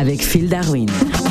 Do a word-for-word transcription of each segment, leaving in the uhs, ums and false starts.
avec Phil Darwin.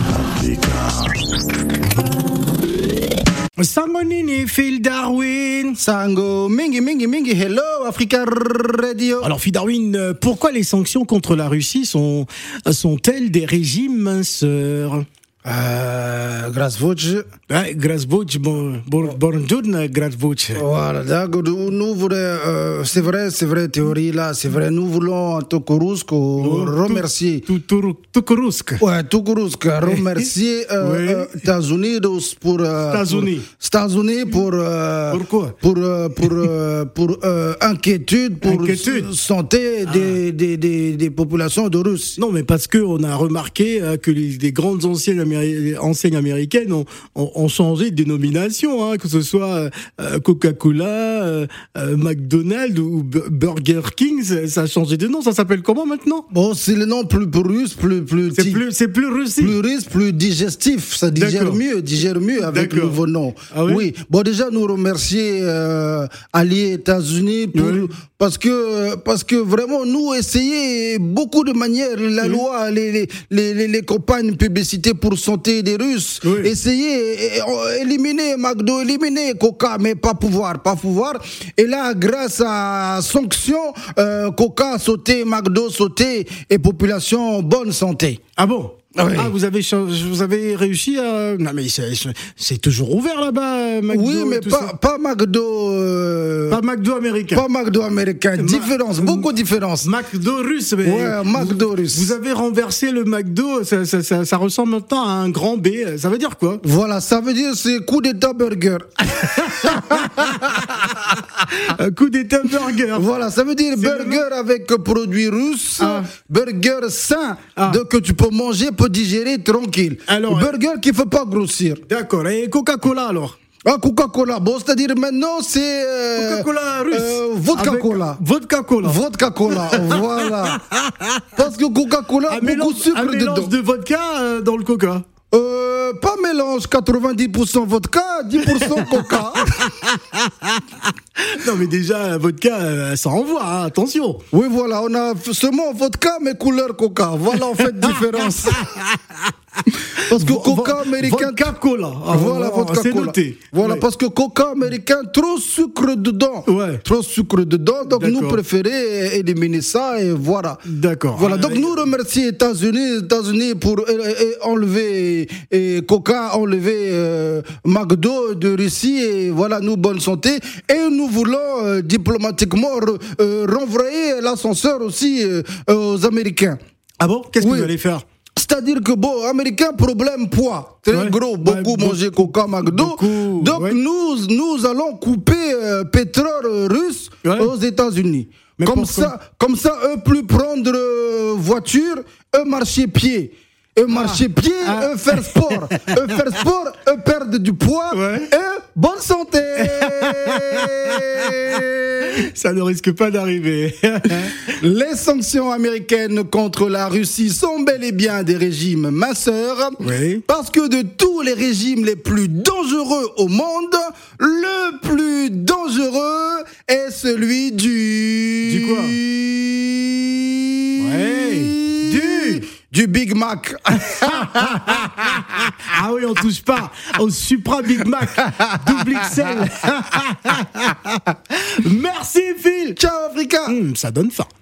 Sango Nini, Phil Darwin. Sango, mingi, mingi, mingi, hello, Africa Radio. Alors, Phil Darwin, pourquoi les sanctions contre la Russie sont, sont-elles des régimes minceurs? Euh, Grasvoce. Ouais, Grasvoce, bon, bon, bonjour, Grasvoce. Voilà, d'accord. Nous voulons, euh, c'est vrai, c'est vrai, théorie là, c'est vrai. Nous voulons en Tokorousk remercier. Tokorousk. Ouais, Tokorousk, remercier euh, oui. euh, États-Unis pour. Euh, États-Unis. États-Unis pour. Euh, Pourquoi? Pour euh, pour euh, pour euh, inquiétude, pour inquiétude. santé ah. des, des des des populations de Russes. Non, mais parce que on a remarqué euh, que les, les grandes anciennes Améri- enseignes américaines ont, ont, ont changé de dénomination, hein, que ce soit euh, Coca-Cola, euh, euh, McDonald's ou B- Burger King, ça, ça a changé de nom. Ça s'appelle comment maintenant? Bon, c'est le nom plus, plus russe, plus plus C'est plus c'est plus Russie. Plus russe, plus digestif. Ça digère D'accord. mieux, digère mieux avec D'accord. le nouveau nom. Ah oui? oui. Bon, déjà nous remercier euh, alliés États-Unis pour Oui. parce que parce que vraiment nous essayer beaucoup de manières la Oui. loi, les les, les les les campagnes publicité pour santé des Russes, Oui. essayer euh, éliminer McDo, éliminer Coca, mais pas pouvoir, pas pouvoir. Et là, grâce à sanctions, euh, Coca sauté, McDo sauté et population bonne santé. Ah bon? Ah oui. Ah, vous avez changé- vous avez réussi à non mais c'est, c'est toujours ouvert là-bas, McDo. Oui, mais et tout pas, ça. pas McDo. Euh, Pas McDo américain. pas McDo américain. Ma- Différence, beaucoup de différence. McDo russe. Mais Ouais, McDo vous, russe. Vous avez renversé le McDo, ça, ça, ça, ça ressemble maintenant à un grand B. Ça veut dire quoi? Voilà, ça veut dire c'est coup d'état burger. Un coup d'état burger. Voilà, ça veut dire C'est burger avec produits russes, Ah. burger sain, Ah. donc que tu peux manger, peut digérer tranquille. Alors, burger qui ne fait pas grossir. D'accord. Et Coca-Cola alors? Ah, Coca-Cola. Bon, c'est-à-dire maintenant, c'est. euh, Coca-Cola russe. euh, Vodka-Cola. Avec- Vodka-Cola. Vodka-Cola, voilà. Parce que Coca-Cola a Un beaucoup mélange, de sucre un mélange dedans. de vodka euh, dans le Coca. Euh, pas mélange, quatre-vingt-dix pour cent vodka, dix pour cent coca. Non mais déjà, la vodka, euh, ça envoie, hein, attention. Oui, voilà, on a seulement vodka, mais couleur coca. Voilà, en fait, différence. Parce que Vo- coca vo- américain... Vodka-Cola. Ah, Voilà, bon, vodka c'est cola. noté. Voilà, Ouais. parce que coca américain, trop sucre dedans. Ouais. Trop sucre dedans, donc D'accord. nous préférons éliminer ça et voilà. D'accord. Voilà, Ah, donc et- nous remercions les États-Unis, États-Unis pour euh, euh, enlever et Coca, enlever euh, McDo de Russie et voilà, nous bonne santé. Et nous voulons euh, diplomatiquement re- euh, renvoyer l'ascenseur aussi euh, aux Américains. Ah bon? Qu'est-ce Oui. que vous allez faire? C'est-à-dire que, bon, Américain, problème poids. Très Ouais. gros, beaucoup Ouais, manger Coca, McDo. beaucoup, Donc, ouais. nous, nous allons couper euh, pétrole russe Ouais. aux États-Unis. Mais Comme pourquoi? ça, comme ça, eux plus prendre euh, voiture, eux marcher pied. Eux marcher pied, Ah. eux faire sport. eux faire sport, eux perdre du poids. Ouais. Eux, bonne santé. Ça ne risque pas d'arriver. Les sanctions américaines contre la Russie sont bel et bien des régimes minceurs. Oui. Parce que de tous les régimes les plus dangereux au monde, le plus dangereux est celui du... Du quoi? Ouais. Du Du Big Mac. Ah oui, on touche pas au Supra Big Mac double X L. Merci Phil. Ciao Africa. Hum, ça donne faim.